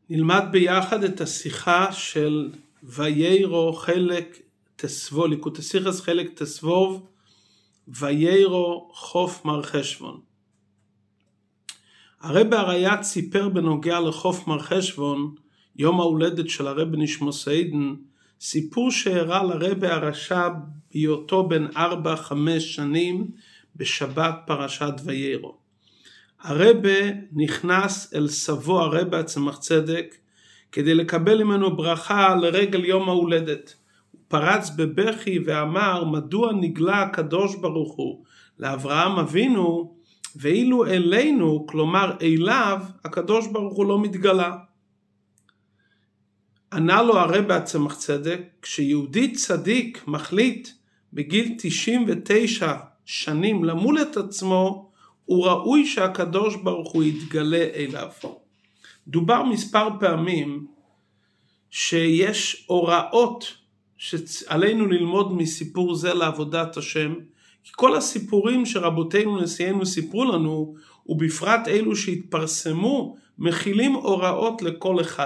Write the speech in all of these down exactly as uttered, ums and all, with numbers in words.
נלמד ביחד את השיחה של ויירו חלק תסבוב, ליקוטי שיחס חלק תסבוב, ויירו חוף מר חשבון. הרב הראי"ת סיפר בנוגע לחוף מר חשבון, יום ההולדת של הרב נשמו סעידן, סיפור שהראה לרב הרש"ב בהיותו בן ארבע חמש שנים בשבת פרשת ויירו. הרב נכנס אל סבו הרב הצמח צדק כדי לקבל ממנו ברכה לרגל יום ההולדת. הוא פרץ בבכי ואמר, מדוע נגלה הקדוש ברוך הוא לאברהם אבינו ואילו אלינו, כלומר אליו, הקדוש ברוך הוא לא מתגלה. ענה לו הרב הצמח צדק, כשיהודי צדיק מחליט בגיל תשעים ותשע שנים למול את עצמו, הוא ראוי שהקדוש ברוך הוא יתגלה אליו. דובר מספר פעמים שיש הוראות שעלינו ללמוד מסיפור זה לעבודת השם, כי כל הסיפורים שרבותינו נשיאנו סיפרו לנו, ובפרט אלו שהתפרסמו, מכילים הוראות לכל אחד.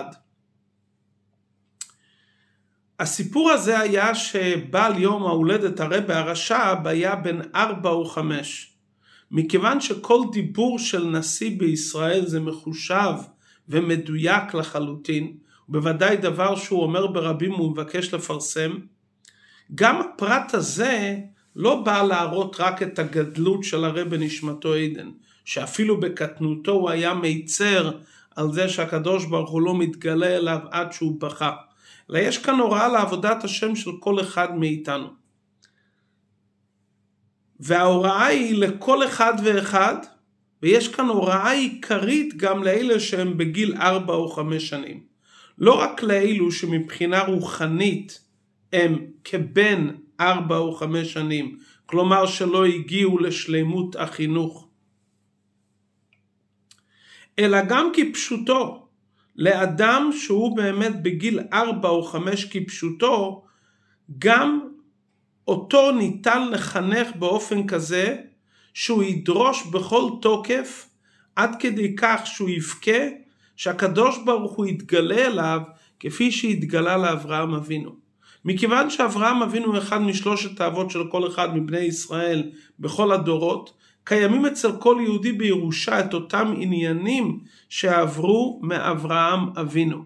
הסיפור הזה היה שבעל יום ההולדת הרב הרש"ב היה בן ארבע או חמש. מכיוון שכל דיבור של נשיא בישראל זה מחושב ומדויק לחלוטין, ובוודאי דבר שהוא אומר ברבים הוא מבקש לפרסם, גם הפרט הזה לא בא להראות רק את הגדלות של הרב נשמתו עדן, שאפילו בקטנותו הוא היה מיצר על זה שהקדוש ברוך הוא לא מתגלה אליו עד שהוא בכה, אלא יש כאן הוראה לעבודת השם של כל אחד מאיתנו. וההוראה היא לכל אחד ואחד, ויש כאן הוראה עיקרית גם לאלה שהם בגיל ארבע או חמש שנים. לא רק לאלו שמבחינה רוחנית הם כבן ארבע או חמש שנים, כלומר שלא הגיעו לשלימות החינוך, אלא גם כפשוטו, לאדם שהוא באמת בגיל ארבע או חמש כפשוטו, גם אותו ניתן לחנך באופן כזה שהוא ידרוש בכל תוקף עד כדי כך שהוא יבכה שהקדוש ברוך הוא יתגלה אליו כפי שהתגלה לאברהם אבינו. מכיוון שאברהם אבינו הוא אחד משלושת האבות של כל אחד מבני ישראל בכל הדורות, קיימים אצל כל יהודי בירושה את אותם עניינים שעברו מאברהם אבינו.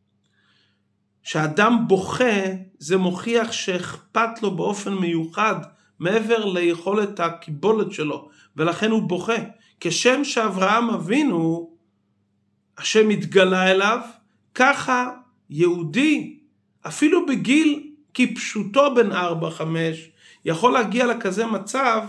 שאדם בוכה זה מוכיח שאכפת לו באופן מיוחד מעבר ליכולת הקיבולת שלו, ולכן הוא בוכה. כשם שאברהם אבינו השם התגלה אליו, ככה יהודי אפילו בגיל כפשוטו בן ארבע חמש יכול להגיע לכזה מצב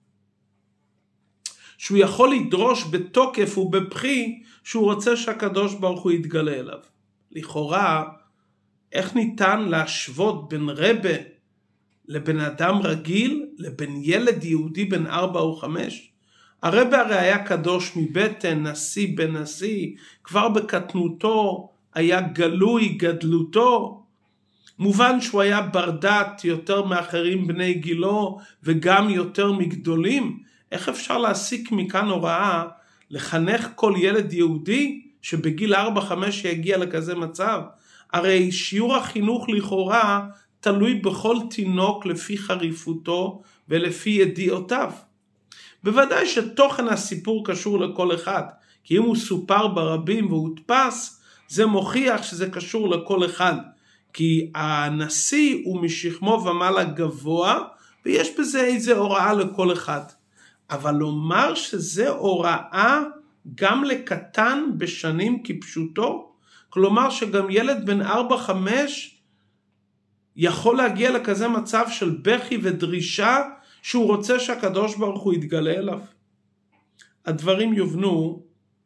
שהוא יכול לדרוש בתוקף ובבכי שהוא רוצה שהקדוש ברוך הוא יתגלה אליו. לכאורה איך ניתן להשוות בין רבה לבן אדם רגיל לבין ילד יהודי בן ארבע או חמש? הרבה הרי היה קדוש מבטן, נשיא בן נשיא, כבר בקטנותו היה גלוי גדלותו, מובן שהוא היה ברדת יותר מאחרים בני גילו וגם יותר מגדולים. איך אפשר להסיק מכאן הוראה לחנך כל ילד יהודי שבגיל ארבע חמש יגיע לכזה מצב? הרי שיעור החינוך לכאורה תלוי בכל תינוק לפי חריפותו ולפי ידיעותיו. בוודאי שתוכן הסיפור קשור לכל אחד, כי אם הוא סופר ברבים והודפס, זה מוכיח שזה קשור לכל אחד, כי הנשיא הוא משכמו ומעלה גבוה, ויש בזה איזה הוראה לכל אחד. אבל לומר שזה הוראה גם לקטן בשנים כפשוטו, כלומר שגם ילד בן ארבע חמש יכול להגיע לכזה מצב של בכי ודרישה שהוא רוצה שהקדוש ברוך הוא יתגלה אליו. הדברים יובנו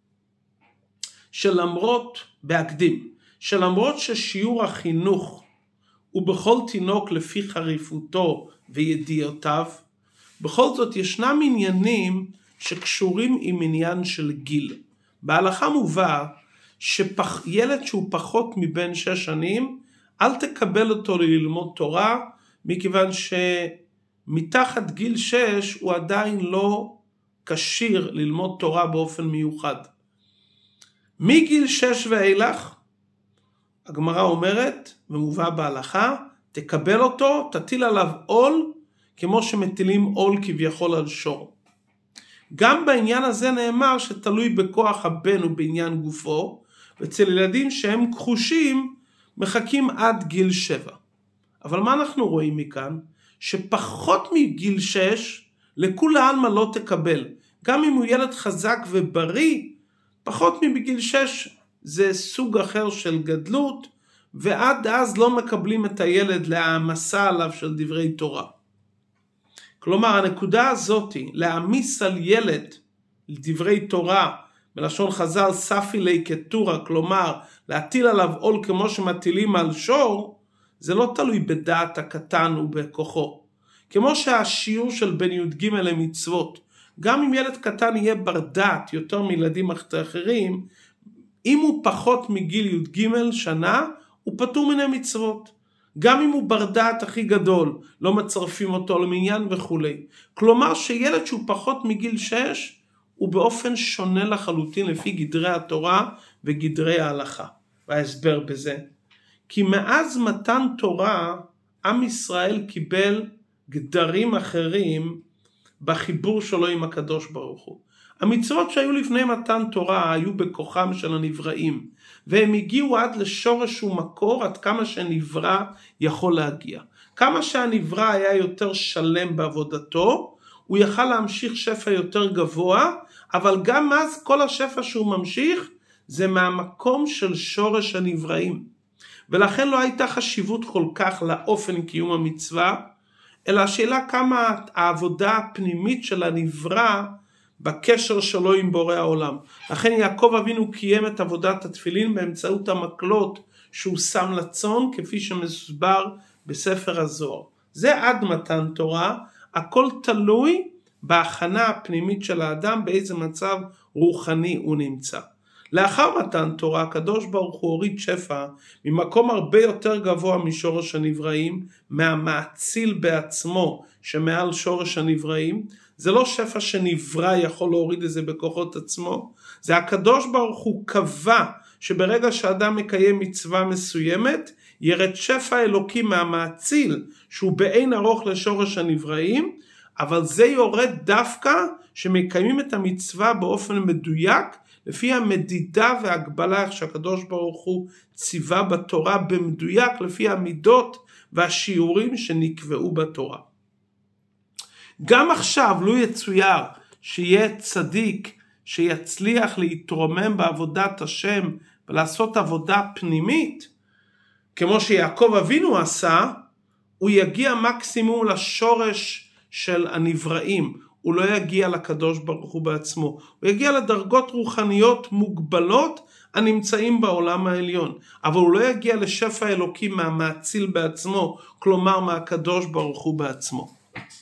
שלמרות, בהקדים, שלמרות ששיעור החינוך הוא בכל תינוק לפי חריפותו וידיעותיו, בכל זאת ישנם עניינים שקשורים עם עניין של גיל. בהלכה מובא שילד שהוא פחות מבין שש שנים, אל תקבל אותו ללמוד תורה, מכיוון שמתחת גיל שש הוא עדיין לא כשיר ללמוד תורה באופן מיוחד. מגיל שש ואילך הגמרא אומרת, ומובא בהלכה, תקבל אותו, תטיל עליו עול, כמו שמטילים עול כביכול על שור. גם בעניין הזה נאמר שתלוי בכוח הבן ובעניין גופו, ואצל ילדים שהם כחושים מחכים עד גיל שבע. אבל מה אנחנו רואים מכאן? שפחות מגיל שש לכולי עלמא לא תקבל. גם אם הוא ילד חזק ובריא, פחות מבגיל שש זה סוג אחר של גדלות, ועד אז לא מקבלים את הילד להעמסה עליו של דברי תורה. כלומר, הנקודה הזאת, להעמיס על ילד דברי תורה, בלשון חז"ל ספי לי כתורה, כלומר, להטיל עליו עול כמו שמטילים על שור, זה לא תלוי בדעת הקטן ובכוחו. כמו שהשיעור של בן י"ג למצוות, גם אם ילד קטן יהיה בר דעת יותר מילדים אחרים, אם הוא פחות מגיל י"ג שנה, הוא פטור מן המצוות. גם אם הוא בר דעת הכי גדול, לא מצרפים אותו למניין וכו'. כלומר שילד שהוא פחות מגיל שש, הוא באופן שונה לחלוטין לפי גדרי התורה וגדרי ההלכה. וההסבר בזה, כי מאז מתן תורה, עם ישראל קיבל גדרים אחרים בחיבור שלו עם הקדוש ברוך הוא. המצוות שהיו לפני מתן תורה היו בכוחם של הנבראים, והם הגיעו עד לשורש ומקור עד כמה שנברא יכול להגיע. כמה שהנברא היה יותר שלם בעבודתו, הוא יכל להמשיך שפע יותר גבוה, אבל גם אז כל השפע שהוא ממשיך זה מהמקום של שורש הנבראים. ולכן לא הייתה חשיבות כל כך לאופן קיום המצווה, אלא השאלה כמה העבודה הפנימית של הנברא בקשר שלו עם בורא העולם. לכן יעקב אבינו קיים את עבודת התפילין באמצעות המקלות שהוא שם לצאן, כפי שמסובר בספר הזוהר. זה עד מתן תורה, הכל תלוי בהכנה הפנימית של האדם, באיזה מצב רוחני הוא נמצא. לאחר מתן תורה, הקדוש ברוך הוא הוריד שפע ממקום הרבה יותר גבוה משורש הנבראים, מהמאציל בעצמו שמעל שורש הנבראים. זה לא שפע שנברא יכול להוריד את זה בכוחות עצמו, זה הקדוש ברוך הוא קבע שברגע שאדם מקיים מצווה מסוימת, ירד שפע אלוקי מהמאציל שהוא באין ארוך לשורש הנבראים, אבל זה יורד דווקא שמקיימים את המצווה באופן מדויק, לפי המדידה והגבלה איך שהקדוש ברוך הוא ציווה בתורה במדויק, לפי המידות והשיעורים שנקבעו בתורה. גם עכשיו לא יצויר שיהיה צדיק שיצליח להתרומם בעבודת השם ולעשות עבודה פנימית, כמו שיעקב אבינו עשה, הוא יגיע מקסימום לשורש של הנבראים, הוא לא יגיע לקדוש ברוך הוא בעצמו, הוא יגיע לדרגות רוחניות מוגבלות הנמצאים בעולם העליון, אבל הוא לא יגיע לשפע אלוקי מהמאציל בעצמו, כלומר מהקדוש ברוך הוא בעצמו.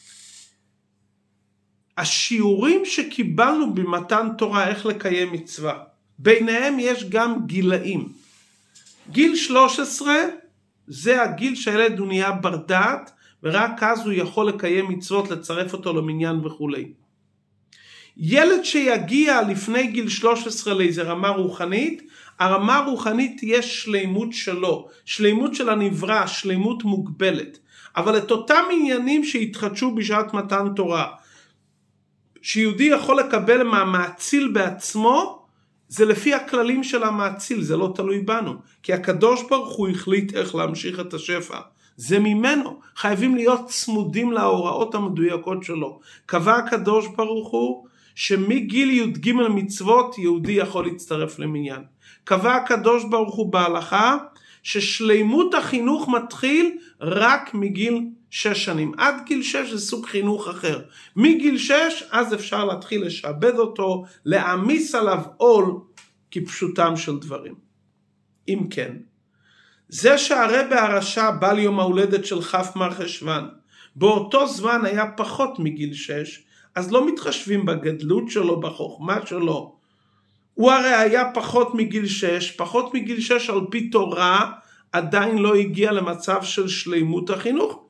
השיעורים שקיבלנו במתן תורה איך לקיים מצווה, ביניהם יש גם גילאים. גיל שלוש עשרה זה הגיל שהילד הוא נהיה בר דעת, ורק אז הוא יכול לקיים מצוות, לצרף אותו למניין וכו'. ילד שיגיע לפני גיל שלוש עשרה לאיזה רמה רוחנית, הרמה הרוחנית תהיה שלימות שלו, שלימות של הנברא, שלימות מוגבלת. אבל את אותם עניינים שהתחדשו בשעת מתן תורה, שיהודי יכול לקבל מהמאציל בעצמו, זה לפי הכללים של המאציל, זה לא תלוי בנו. כי הקדוש ברוך הוא החליט איך להמשיך את השפע. זה ממנו, חייבים להיות צמודים להוראות המדויקות שלו. קבע הקדוש ברוך הוא שמגיל י"ג מצוות יהודי יכול להצטרף למניין. קבע הקדוש ברוך הוא בהלכה ששלימות החינוך מתחיל רק מגיל שש שנים. עד גיל שש זה סוג חינוך אחר. מגיל שש אז אפשר להתחיל לשעבד אותו, להעמיס עליו עול כפשוטם של דברים. אם כן, זה שהרבי הרשע בא ליום ההולדת של כ' מרחשוון, באותו זמן היה פחות מגיל שש, אז לא מתחשבים בגדלות שלו, בחוכמה שלו. הוא הרי היה פחות מגיל שש, פחות מגיל שש על פי תורה, עדיין לא הגיע למצב של שלימות החינוך.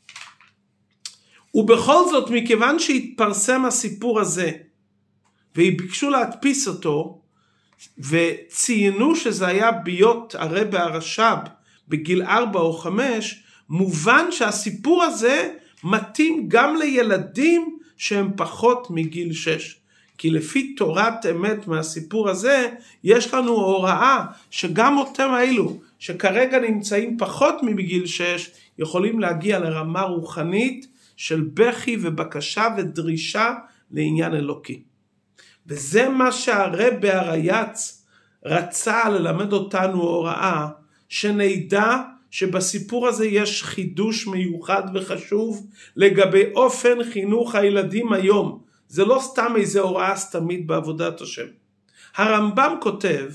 ובכל זאת, מכיוון שהתפרסם הסיפור הזה, וביקשו להדפיס אותו, וציינו שזה היה ביות הרבי הרש"ב בגיל ארבע או חמש, מובן שהסיפור הזה מתאים גם לילדים שהם פחות מגיל שש. כי לפי תורת אמת מהסיפור הזה, יש לנו הוראה שגם אותם האלו שכרגע נמצאים פחות מגיל שש, יכולים להגיע לרמה רוחנית של בכי ובקשה ודרישה לעניין אלוקי. וזה מה שהרבי הריי"צ רצה ללמד אותנו הוראה, שנדע שבסיפור הזה יש חידוש מיוחד וחשוב לגבי אופן חינוך הילדים היום. זה לא סתם איזה הוראה סתמית בעבודת השם. הרמב"ם כותב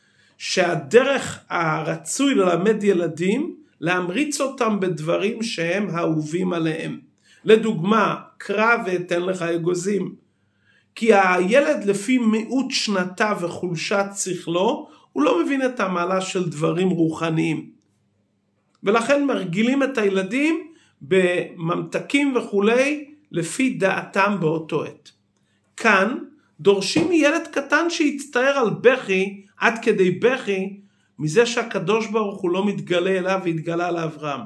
שהדרך הרצוי ללמד ילדים, להמריץ אותם בדברים שהם האהובים עליהם. לדוגמה, קרא ואתן לך אגוזים. כי הילד לפי מיעוט שנתה וחולשת שכלו, הוא לא מבין את המעלה של דברים רוחניים. ולכן מרגילים את הילדים בממתקים וכולי, לפי דעתם באותו עת. כאן דורשים מילד קטן שיצטער על בכי, עד כדי בכי, מזה שהקדוש ברוך הוא לא מתגלה אליו והתגלה לאברהם.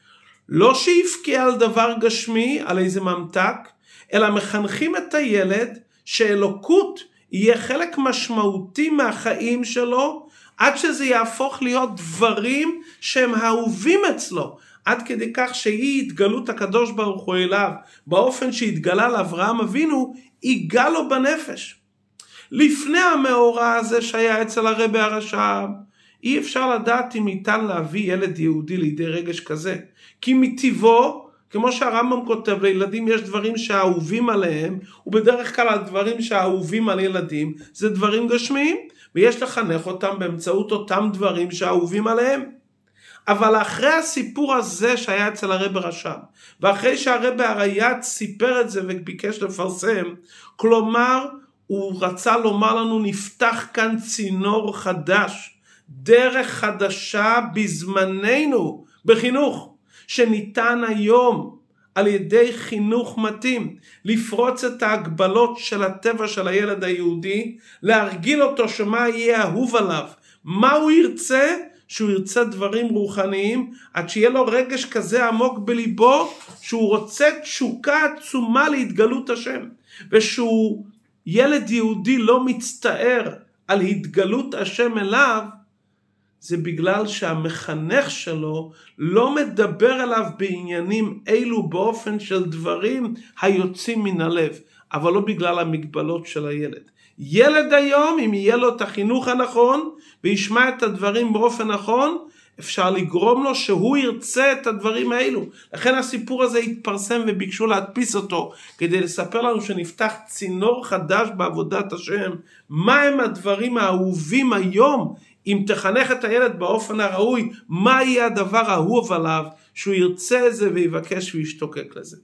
לא שיפקיע על דבר גשמי, על איזה ממתק, אלא מחנכים את הילד שאלוקות יהיה חלק משמעותי מהחיים שלו, עד שזה יהפוך להיות דברים שהם אהובים אצלו, עד כדי כך שהיא התגלות הקדוש ברוך הוא אליו, באופן שהתגלה לאברהם אבינו, היגע לו בנפש. לפני המאורע הזה שהיה אצל הרבי הרש"ב, אי אפשר לדעת אם ניתן להביא ילד יהודי לידי רגש כזה. כי מטבעו, כמו שהרמב"ם כותב, לילדים יש דברים שהאהובים עליהם, ובדרך כלל הדברים שהאהובים על ילדים, זה דברים גשמיים, ויש לחנך אותם באמצעות אותם דברים שהאהובים עליהם. אבל אחרי הסיפור הזה שהיה אצל הרבי הרש"ב, ואחרי שהרבי הריי"צ סיפר את זה וביקש לפרסם, כלומר, הוא רצה לומר לנו, נפתח כאן צינור חדש, דרך חדשה בזמננו, בחינוך, שניתן היום על ידי חינוך מתאים, לפרוץ את ההגבלות של הטבע של הילד היהודי, להרגיל אותו שמה יהיה אהוב עליו, מה הוא ירצה, שהוא ירצה דברים רוחניים, עד שיהיה לו רגש כזה עמוק בליבו, שהוא רוצה תשוקה עצומה להתגלות השם, ושהוא ילד יהודי לא מצטער על התגלות השם אליו, זה בגלל שהמחנך שלו לא מדבר אליו בעניינים אילו באופן של דברים היוצאים מן הלב, אבל לא בגלל המגבלות של הילד. ילד היום, אם יהיה לו את החינוך הנכון, וישמע את הדברים באופן נכון, אפשר לגרום לו שהוא ירצה את הדברים האלו. לכן הסיפור הזה התפרסם וביקשו להדפיס אותו, כדי לספר לנו שנפתח צינור חדש בעבודת השם. מה הם הדברים האהובים היום, אם תחנך את הילד באופן הראוי, מה יהיה הדבר האהוב עליו, שהוא ירצה את זה ויבקש וישתוקק לזה.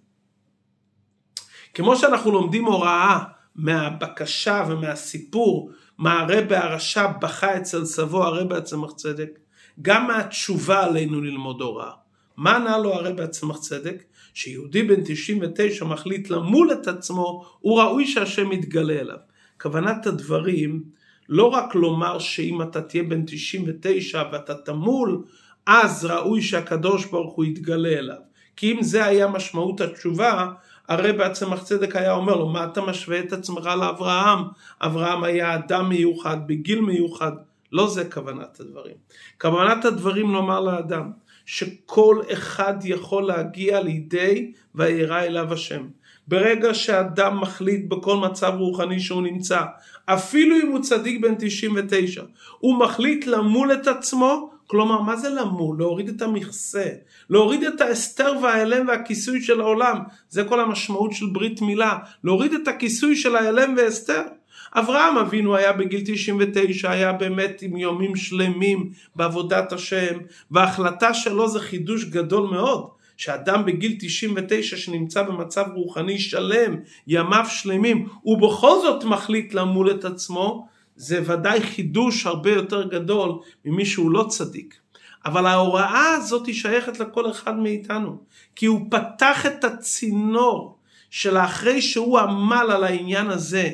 כמו שאנחנו לומדים הוראה, מהבקשה ומהסיפור, מה הרבי הרש"ב בכה אצל סבו הרבי הצמח צדק, גם מהתשובה עלינו ללמוד הוראה. מה ענה לו הרבי הצמח צדק? שיהודי בן תשעים ותשע מחליט למול את עצמו, הוא ראוי שהשם יתגלה אליו. כוונת הדברים, לא רק לומר שאם אתה תהיה בן תשעים ותשע ואתה תמול, אז ראוי שהקדוש ברוך הוא יתגלה אליו. כי אם זה היה משמעות התשובה, הרבי הצמח צדק היה אומר לו, מה אתה משווה את עצמך לאברהם? אברהם היה אדם מיוחד, בגיל מיוחד. לא זה כוונת הדברים. כוונת הדברים לומר לאדם, שכל אחד יכול להגיע לידי וירא אליו השם. ברגע שאדם מחליט בכל מצב רוחני שהוא נמצא, אפילו אם הוא צדיק בן תשעים ותשע, הוא מחליט למול את עצמו, כלומר, מה זה למול? להוריד את המכסה, להוריד את האסתר והאלם והכיסוי של העולם, זה כל המשמעות של ברית מילה, להוריד את הכיסוי של האלם והאסתר. אברהם אבינו היה בגיל תשעים ותשע, היה באמת עם יומים שלמים בעבודת השם, וההחלטה שלו זה חידוש גדול מאוד, שאדם בגיל תשעים ותשע שנמצא במצב רוחני שלם, ימיו שלמים, ובכל זאת מחליט למול את עצמו, זה ודאי חידוש הרבה יותר גדול ממי שהוא לא צדיק. אבל ההוראה הזאת היא שייכת לכל אחד מאיתנו, כי הוא פתח את הצינור של אחרי שהוא עמל על העניין הזה,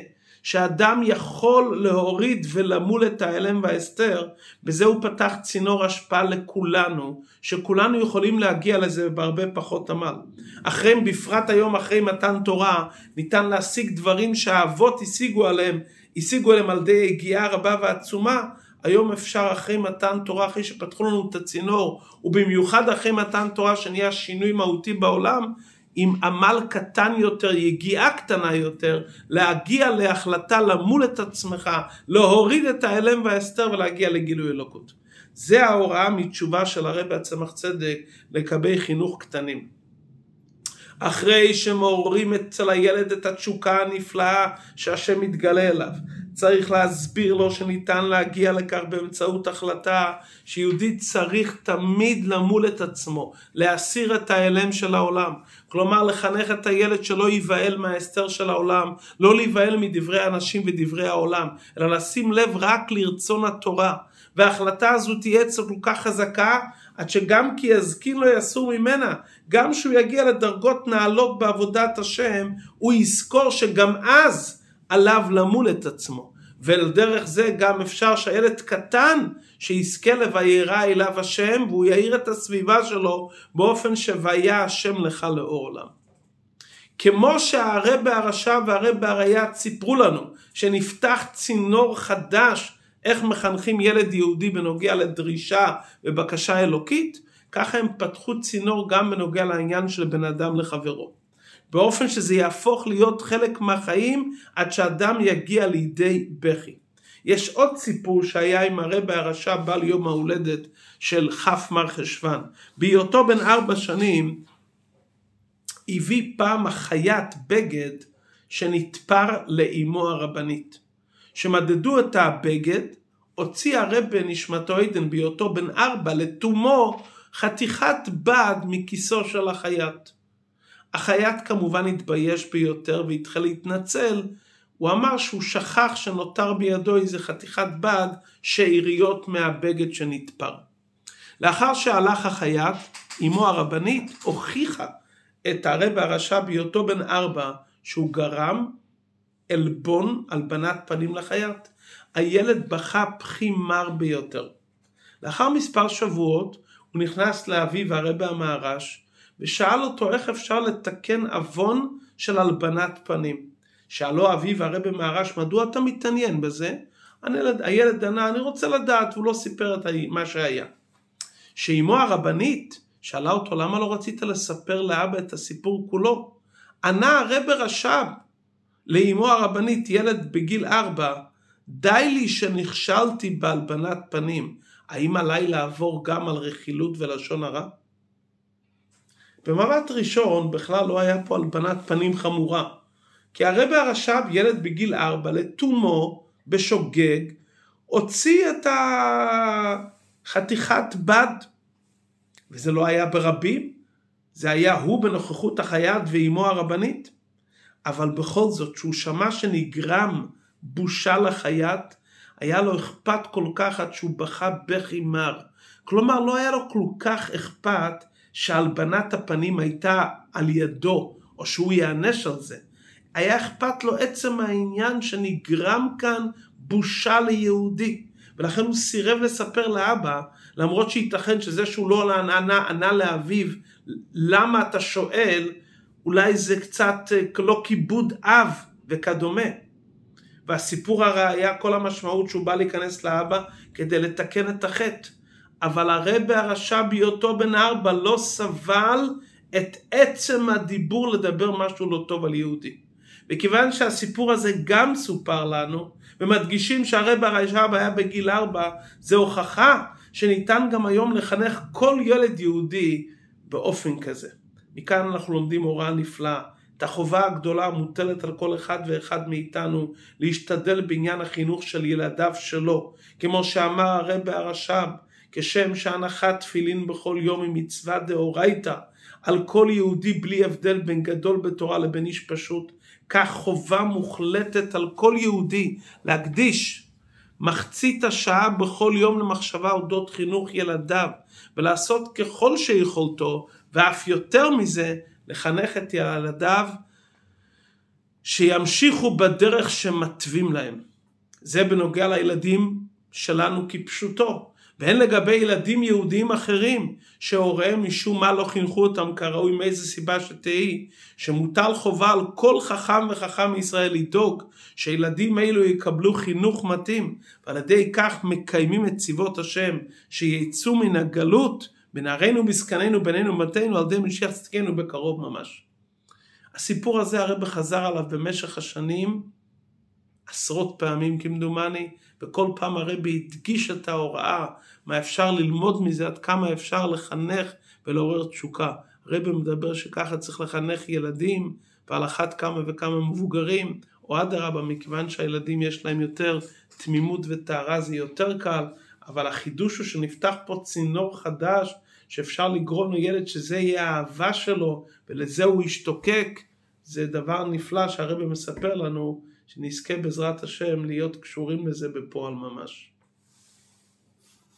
שאדם יכול להוריד ולמול את ההלם וההסתר, בזה הוא פתח צינור השפעה לכולנו, שכולנו יכולים להגיע לזה בהרבה פחות עמל. אחרי, בפרט היום אחרי מתן תורה, ניתן להשיג דברים שהאבות השיגו עליהם, השיגו עליהם על ידי הגיעה רבה ועצומה. היום אפשר אחרי מתן תורה, אחרי שפתחו לנו את הצינור, ובמיוחד אחרי מתן תורה שנהיה שינוי מהותי בעולם, עם עמל קטן יותר, יגיעה קטנה יותר, להגיע להחלטה למול את עצמך, להוריד את ההלם וההסתר ולהגיע לגילוי אלוקות. זה ההוראה מתשובה של הרב הצמח צדק לגבי חינוך קטנים. אחרי שמעוררים אצל הילד את התשוקה הנפלאה שהשם מתגלה אליו, צריך להסביר לו שניתן להגיע לכך באמצעות החלטה שיהודי צריך תמיד למול את עצמו, להסיר את ההלם של העולם. כלומר לחנך את הילד שלא ייבהל מההסתר של העולם, לא להיבהל מדברי האנשים ודברי העולם, אלא לשים לב רק לרצון התורה. וההחלטה הזו תהיה אצלו כל כך חזקה, עד שגם כי יזקין לא יסור ממנה, גם שהוא יגיע לדרגות נעלות בעבודת השם, הוא יזכור שגם אז עליו למול את עצמו. ולדרך זה גם אפשר שהילד קטן שיזכה לוירא אליו השם, והוא יאיר את הסביבה שלו באופן שוויה השם לך לאור עולם. כמו שהרבי הרש"ב והרבי הריי"צ סיפרו לנו שנפתח צינור חדש איך מחנכים ילד יהודי בנוגע לדרישה ובקשה אלוקית, ככה הם פתחו צינור גם בנוגע לעניין של בן אדם לחברו, באופן שזה יהפוך להיות חלק מהחיים עד שאדם יגיע לידי בכי. יש עוד סיפור שהיה עם הרבי הרש"ב בעל יום ההולדת של כ' מר חשוון. בהיותו בן ארבע שנים הביא פעם החיית בגד שנתפר לאמו הרבנית. שמדדו את הבגד, הוציא הרבי נשמתו עדן בהיותו בן ארבע לתומו חתיכת בד מכיסו של החייט. החייט כמובן התבייש ביותר והתחיל להתנצל. הוא אמר שהוא שכח שנותר בידו איזה חתיכת בד שאריות מהבגד שנתפר. לאחר שהלך החייט, אמו הרבנית הוכיחה את הרבי הרש"ב בהיותו בן ארבע שהוא גרם אלבון, הלבנת פנים לחייט. הילד בכה בכי מר ביותר. לאחר מספר שבועות הוא נכנס לאביו הרבי המהר"ש ושאל אותו איך אפשר לתקן אבון של הלבנת פנים. שאלו אביו הרבי המהר"ש, מדוע אתה מתעניין בזה? הילד, הילד ענה, אני רוצה לדעת, הוא לא סיפר את מה שהיה. שאמו הרבנית שאלה אותו, למה לא רצית לספר לאבא את הסיפור כולו? ענה הרבי רש"ב לאמו הרבנית, ילד בגיל ארבע, די לי שנכשלתי בהלבנת פנים, האם עליי לעבור גם על רכילות ולשון הרע? במבט ראשון בכלל לא היה פה הלבנת פנים חמורה, כי הרבי הרש"ב ילד בגיל ארבע לתומו בשוגג הוציא את החתיכת בד, וזה לא היה ברבים, זה היה הוא בנוכחות החייט ואמו הרבנית. אבל בכל זאת שהוא שמע שנגרם בושה לחייט, היה לו אכפת כל כך עד שהוא בכה בכי מר. כלומר לא היה לו כל כך אכפת שהלבנת הפנים הייתה על ידו או שהוא יענש על זה. היה אכפת לו עצם העניין שנגרם כאן בושה ליהודי, ולכן הוא סירב לספר לאבא, למרות שייתכן שזה שהוא לא ענה, ענה לאביו למה אתה שואל, אולי זה קצת לא כיבוד אב וכדומה. והסיפור הרי היה כל המשמעות שהוא בא להיכנס לאבא כדי לתקן את החטא. אבל הרבי הרש"ב בהיותו בן ארבע לא סבל את עצם הדיבור לדבר משהו לא טוב על יהודי. וכיוון שהסיפור הזה גם סופר לנו, ומדגישים שהרבי הרש"ב היה בגיל ארבע, זה הוכחה שניתן גם היום לחנך כל ילד יהודי באופן כזה. מכאן אנחנו לומדים הוראה נפלאה, את החובה הגדולה המוטלת על כל אחד ואחד מאיתנו, להשתדל בעניין החינוך של ילדיו שלו, כמו שאמר הרבי הרש"ב, כשם שהנחת תפילין בכל יום היא מצווה דאורייתא, על כל יהודי בלי הבדל בין גדול בתורה לבין איש פשוט, כך חובה מוחלטת על כל יהודי להקדיש מחצית השעה בכל יום למחשבה אודות חינוך ילדיו, ולעשות ככל שיכולתו, ואף יותר מזה, לחנך את ילדיו שימשיכו בדרך שמתווים להם. זה בנוגע לילדים שלנו כפשוטו. והן לגבי ילדים יהודיים אחרים, שהוריהם משום מה לא חינכו אותם כראוי מאיזה סיבה שתהי, שמוטל חובה על כל חכם וחכם מישראל לדאוג, שילדים אלו יקבלו חינוך מתאים, ועל ידי כך מקיימים את צבאות השם, שיצאו מן הגלות, בנערינו בזקנינו, בנינו ומתינו, על ידי משיח צדקנו בקרוב ממש. הסיפור הזה הרב חזר עליו במשך השנים, עשרות פעמים כמדומני, וכל פעם הרב הדגיש את ההוראה, מה אפשר ללמוד מזה, עד כמה אפשר לחנך ולעורר תשוקה. הרב מדבר שככה צריך לחנך ילדים, ועל אחת כמה וכמה מבוגרים, או אדרבה, מכיוון שהילדים יש להם יותר תמימות וטהרה, זה יותר קל, אבל החידוש הוא שנפתח פה צינור חדש, שאפשר לגרום לילד שזה יהיה האהבה שלו, ולזה הוא ישתוקק. זה דבר נפלא שהרב מספר לנו, שנזכה בעזרת השם להיות קשורים לזה בפועל ממש.